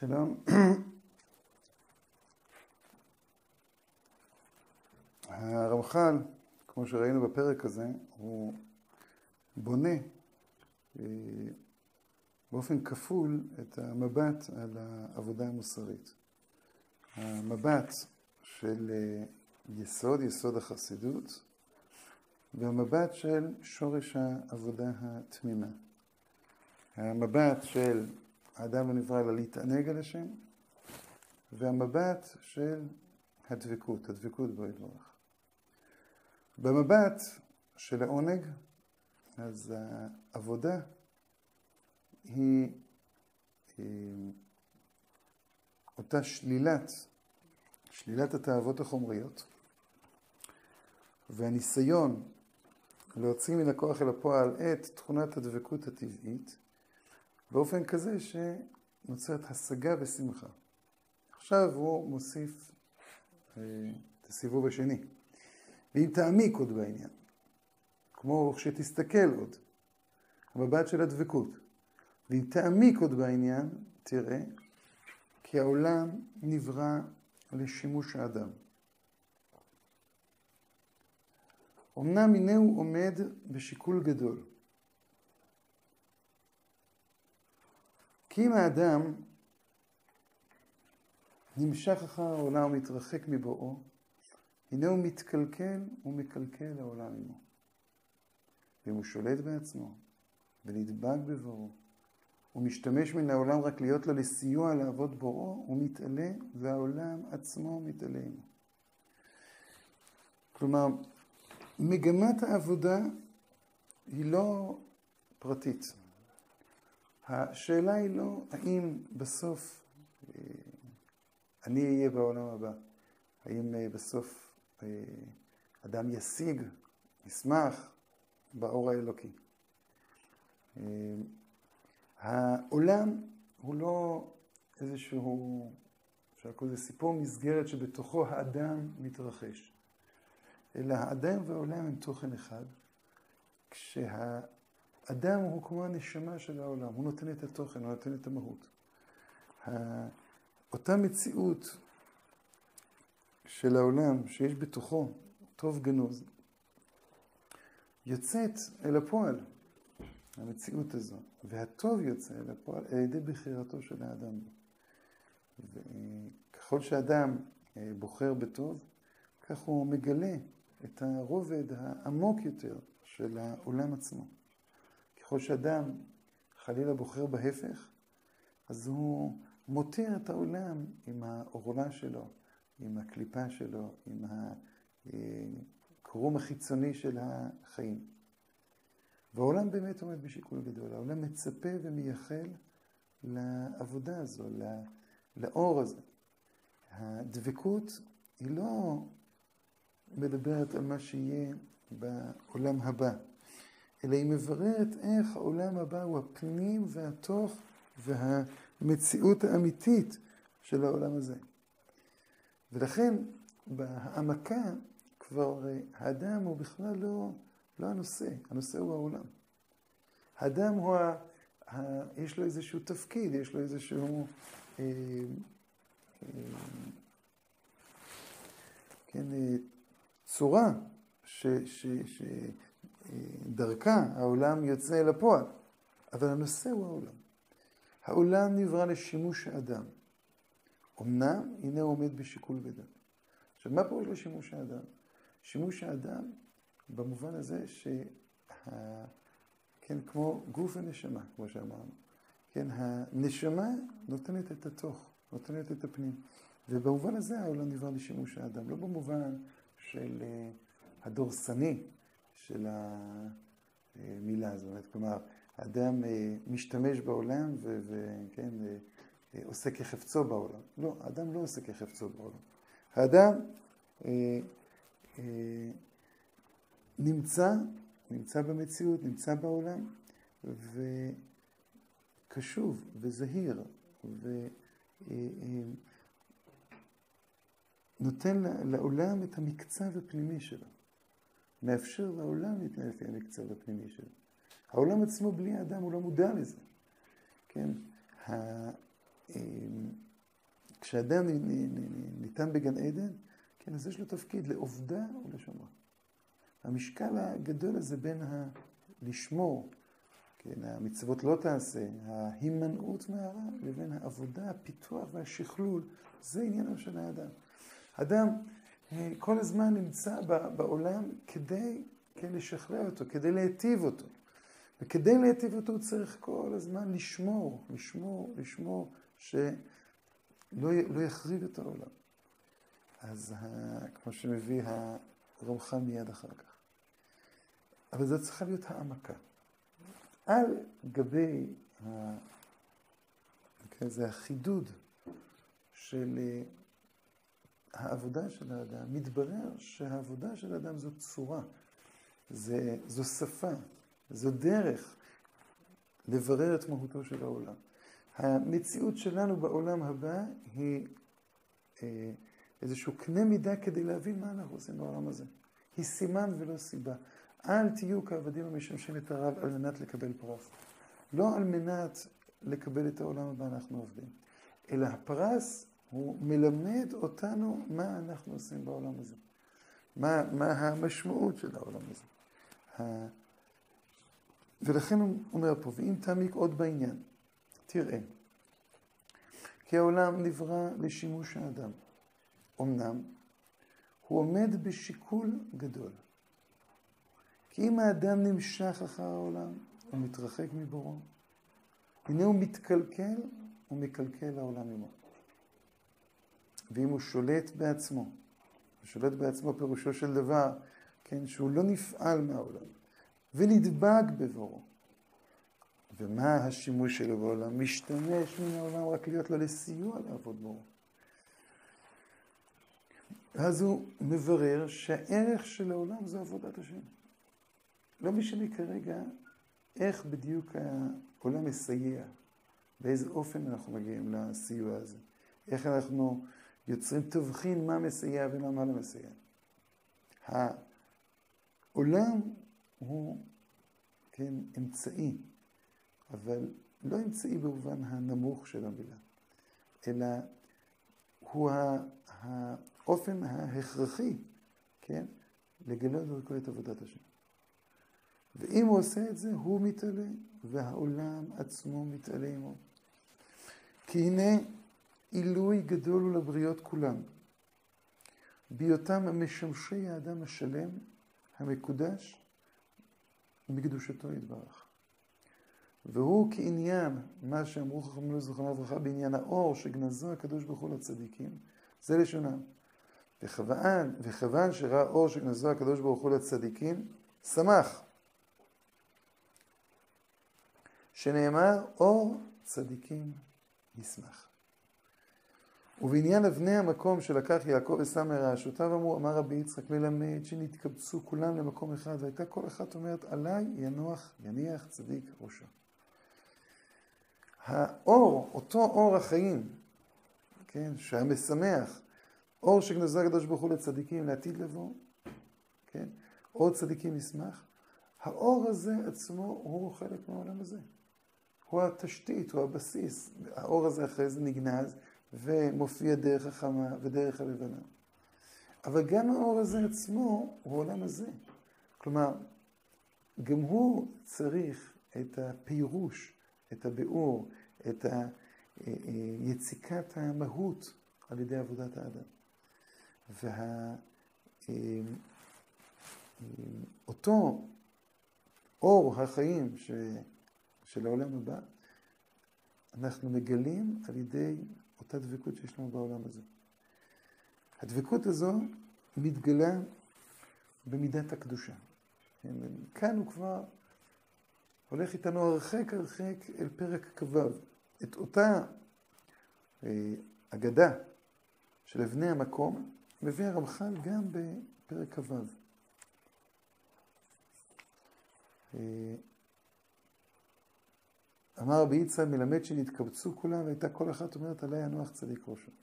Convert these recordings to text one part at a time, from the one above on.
שלום. הרמח"ל, כמו שראינו בפרק הזה, הוא בונה באופן כפול את המבט על העבודה המוסרית. המבט של יסוד החסידות, והמבט של שורש העבודה התמימה. המבט של האדם הנברא אלא להתענג על השם, והמבט של הדבקות בו יתברך. במבט של העונג, אז העבודה היא אותה שלילת התאוות החומריות, והניסיון להוציא מן הכוח אל הפועל את תכונת הדבקות הטבעית, באופן כזה שנוצרת השגה ושמחה. עכשיו הוא מוסיף את הסיבוב השני. ואם תעמיק עוד בעניין, כמו שתסתכל עוד, המבט של הדבקות, ואם תעמיק עוד בעניין, תראה כי העולם נברא לשימוש האדם. אמנם הנה הוא עומד בשיקול גדול. כי אם האדם נמשך אחר העולם ומתרחק מבואו, הנה הוא מתקלקל ומקלקל העולם עמו. ואם הוא שולט בעצמו ונדבק בבואו, הוא משתמש מן העולם רק להיות לו לסיוע לעבוד בואו, הוא מתעלה והעולם עצמו מתעלה עמו. כלומר, מגמת העבודה היא לא פרטית. השאלה היא לא האם בסוף אני אהיה בעולם הבא. האם בסוף אדם ישיג, ישמח באור האלוקי. העולם הוא לא איזשהו, אפשר לקרוא לזה סיפור מסגרת שבתוכו האדם מתרחש. אלא האדם והעולם הם תוכן אחד, כשהאדם הוא כמו הנשמה של העולם, הוא נותן את התוכן, הוא נותן את המהות. אותה מציאות של העולם שיש בתוכו טוב גנוז, יוצאת אל הפועל, המציאות הזו, והטוב יוצא אל הפועל על ידי בחירתו של האדם. וככל שאדם בוחר בטוב, כך הוא מגלה את הרובד העמוק יותר של העולם עצמו. ככל שאדם חלילה בוחר בהפך, אז הוא מותיר את העולם עם העורלה שלו, עם הקליפה שלו, עם הקרום החיצוני של החיים. והעולם באמת עומד בשיקול גדול. העולם מצפה ומייחל לעבודה הזו, לאור הזה. הדבקות היא לא מדברת על מה שיהיה בעולם הבא, אלא היא מבררת איך העולם הבא הוא הפנים והתוך והמציאות האמיתית של העולם הזה. ולכן בהעמקה כבר האדם הוא בכלל לא הנושא, הנושא הוא העולם. האדם הוא, יש לו איזשהו תפקיד, יש לו איזשהו צורה שדרכה העולם יוצא אל הפועל. אבל הנושא הוא העולם. העולם נברא לשימוש האדם. אמנם, הנה הוא עומד בשיקול גדול. עכשיו, מה פירוש לשימוש האדם? שימוש האדם במובן הזה כמו גוף ונשמה, כמו שאמרנו. הנשמה נותנת את התוך, נותנת את הפנים. ובמובן הזה העולם נברא לשימוש האדם. לא במובן של הדורסני של המילה הזאת. כלומר, האדם משתמש בעולם עושה כחפצו בעולם. לא, האדם לא עושה כחפצו בעולם. האדם נמצא במציאות, נמצא בעולם, וקשוב וזהיר, ונותן לעולם את המקצב הפנימי שלו. מאפשר לעולם להתנהל לפי המקצב הפנימי שלו. העולם עצמו בלי האדם הוא לא מודע לזה. כן? כשאדם ניתן בגן עדן, כן, אז יש לו תפקיד לעובדה ולשמרה. המשקל הגדול הזה בין לשמור, כן, המצוות לא תעשה, ההימנעות מהרע, לבין העבודה, הפיתוח והשכלול, זה עניינו של האדם. האדם כל הזמן נמצא בעולם כדי לשכלל אותו, כדי להיטיב אותו. וכדי להיטיב אותו הוא צריך כל הזמן לשמור, שלא יחריב את העולם. אז כמו שמביא הרמח"ל מיד אחר כך. אבל זו צריכה להיות העמקה. על גבי זה החידוד של העבודה של האדם, מתברר שהעבודה של האדם זו צורה, זו שפה, זו דרך לברר את מהותו של העולם. המציאות שלנו בעולם הבא היא איזשהו קנה מידה כדי להבין מה אנחנו עושים בעולם הזה. היא סימן ולא סיבה. אל תהיו כעבדים המשמשים את הרב על מנת לקבל פרס. לא על מנת לקבל את העולם הבא אנחנו עובדים. אלא הפרס הוא מלמד אותנו מה אנחנו עושים בעולם הזה. מה המשמעות של העולם הזה. ולכן הוא אומר פה, ואם תעמיק עוד בעניין, תראה, כי העולם נברא לשימוש האדם. אמנם, הוא עומד בשיקול גדול. כי אם האדם נמשך אחר העולם, הוא מתרחק מבורו. הנה הוא מתקלקל, הוא מקלקל העולם עמו. ואם הוא שולט בעצמו, ושולט בעצמו פירושו של דבר, כן, שהוא לא נפעל מהעולם, ונדבק בבורו. ומה השימוש שלו בעולם? משתמש מן העולם רק להיות לו לסיוע לעבוד בורו. אז הוא מברר שהערך של העולם זה עבודת השם. לא משנה כרגע איך בדיוק העולם מסייע, באיזה אופן אנחנו מגיעים לסיוע הזה. איך אנחנו יוצרים תבחין מה מסייע ומה לא מסייע. העולם הוא, כן, אמצעי, אבל לא אמצעי במובן הנמוך של המילה, אלא הוא האופן ההכרחי, כן, לגלות דרכו את עבודת השם. ואם הוא עושה את זה, הוא מתעלה, והעולם עצמו מתעלה עמו. כי הנה עילוי גדול הוא לבריות כולם, בהיותם המשמשי האדם השלם, המקודש, מקדושתו יתברך. והוא כעניין, מה שאמרו חכמינו זיכרונם לברכה, בעניין האור שגנזו הקדוש ברוך הוא לצדיקים, זה לשונם. וכיוון שראה אור שגנזו הקדוש ברוך הוא לצדיקים, שמח. שנאמר, אור צדיקים ישמח. ובעניין אבני המקום שלקח יעקב ושם מרעשותיו אמר רבי יצחק ללמד שנתקבצו כולם למקום אחד, והייתה כל אחת אומרת עליי יניח צדיק ראשו. האור, אותו אור החיים, כן, שהמשמח, אור שגנזו הקדוש ברוך הוא לצדיקים לעתיד לבוא, כן, אור צדיקים ישמח, האור הזה עצמו הוא חלק מהעולם הזה. הוא התשתית, הוא הבסיס. האור הזה אחרי זה נגנז ומופיע דרך החמה ודרך הלבנה. אבל גם האור הזה עצמו הוא העולם הזה. כלומר, גם הוא צריך את הפירוש, את הביאור, את יציקת המהות על ידי עבודת האדם. אותו אור החיים של העולם הבא, אנחנו מגלים על ידי אותה דבקות שיש לנו בעולם הזה. הדבקות הזו מתגלה במידת הקדושה. כאן הוא כבר הולך איתנו הרחק אל פרק כ"ו. את אותה אגדה של אבני המקום מביא הרמח"ל גם בפרק כ"ו. אמר רבי יצחק מלמד שנתקבצו כולם והייתה כל אחת אומרת עלי ינוח צדיק ראשו.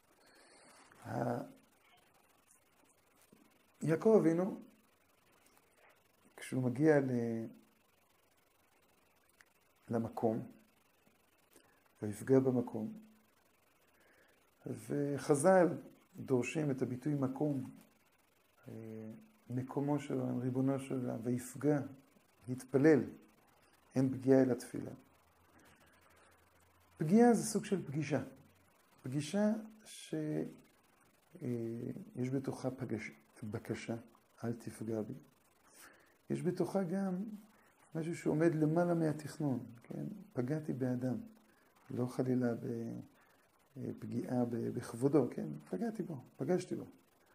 יעקב אבינו, כשהוא מגיע למקום ויפגע במקום, וחז"ל דורשים את הביטוי מקום, מקומו של העולם, ריבונו של עולם, ויפגע, יתפלל, אין פגיעה אלא תפילה. פגיעה זה סוג של פגישה. פגישה שיש בתוכה בקשה, אל תפגע בי. יש בתוכה גם משהו שעומד למעלה מהתכנון, כן? פגעתי באדם, לא חלילה בפגיעה בכבודו, כן? פגעתי בו, פגשתי בו.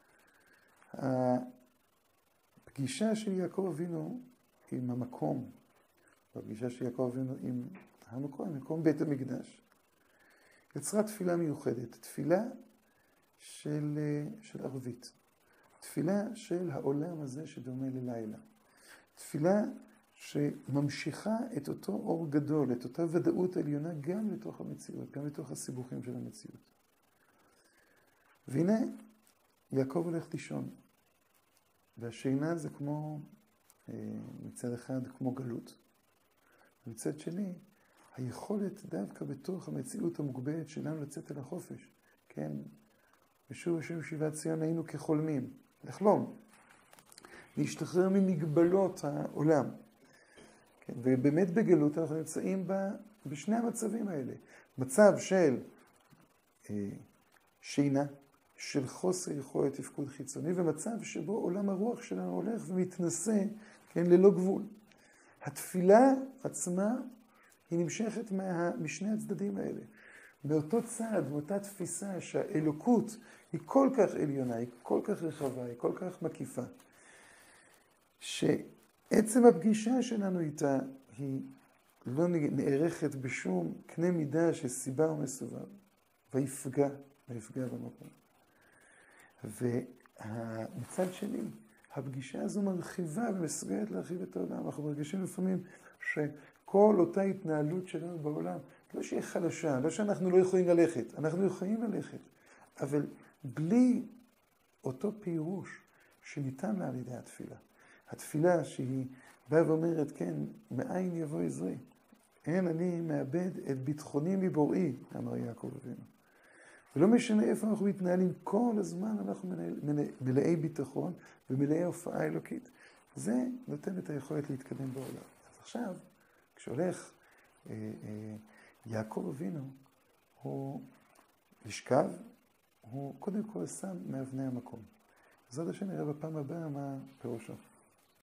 הפגישה של יעקב אבינו עם המקום, והפגישה של יעקב אבינו עם המקום, מקום בית המקדש, יצרה תפילה מיוחדת, תפילה של ערבית, תפילה של העולם הזה שדומה ללילה, תפילה שממשיכה את אותו אור גדול, את אותה ודאות עליונה גם לתוך המציאות, גם לתוך הסיבוכים של המציאות. והנה יעקב הולך לישון, והשינה זה כמו, מצד אחד כמו גלות, ומצד שני היכולת דווקא בתוך המציאות המוגבלת שלנו לצאת אל החופש, כן? ושוב שיבת ציון היינו כחולמים, לחלום, להשתחרר ממגבלות העולם. כן? ובאמת בגלות אנחנו נמצאים בשני המצבים האלה. מצב של שינה, של חוסר יכולת תפקוד חיצוני, ומצב שבו עולם הרוח שלנו הולך ומתנסה, כן, ללא גבול. התפילה עצמה היא נמשכת משני הצדדים האלה. מאותו צד, מאותה תפיסה שהאלוקות היא כל כך עליונה, היא כל כך רחבה, היא כל כך מקיפה, שעצם הפגישה שלנו איתה היא לא נערכת בשום קנה מידה של סיבה או מסובב, ויפגע במקום. ומצד שני, הפגישה הזו מרחיבה ומסוגלת להרחיב את העולם. אנחנו מרגישים לפעמים שכל אותה התנהלות שלנו בעולם, לא שהיא חלשה, לא שאנחנו לא יכולים ללכת, אנחנו יכולים ללכת, אבל בלי אותו פירוש שניתן לה על ידי התפילה. התפילה שהיא באה ואומרת, כן, מאין יבוא עזרי? אין אני מאבד את ביטחוני מבוראי, אמר יעקב אבינו. ולא משנה איפה אנחנו מתנהלים, כל הזמן אנחנו מלאי ביטחון ומלאי הופעה אלוקית. זה נותן את היכולת להתקדם בעולם. אז עכשיו, כשהולך יעקב אבינו, הוא לשכב, הוא קודם כל שם מאבני המקום. זאת השם נראה בפעם הבאה מה פירושו.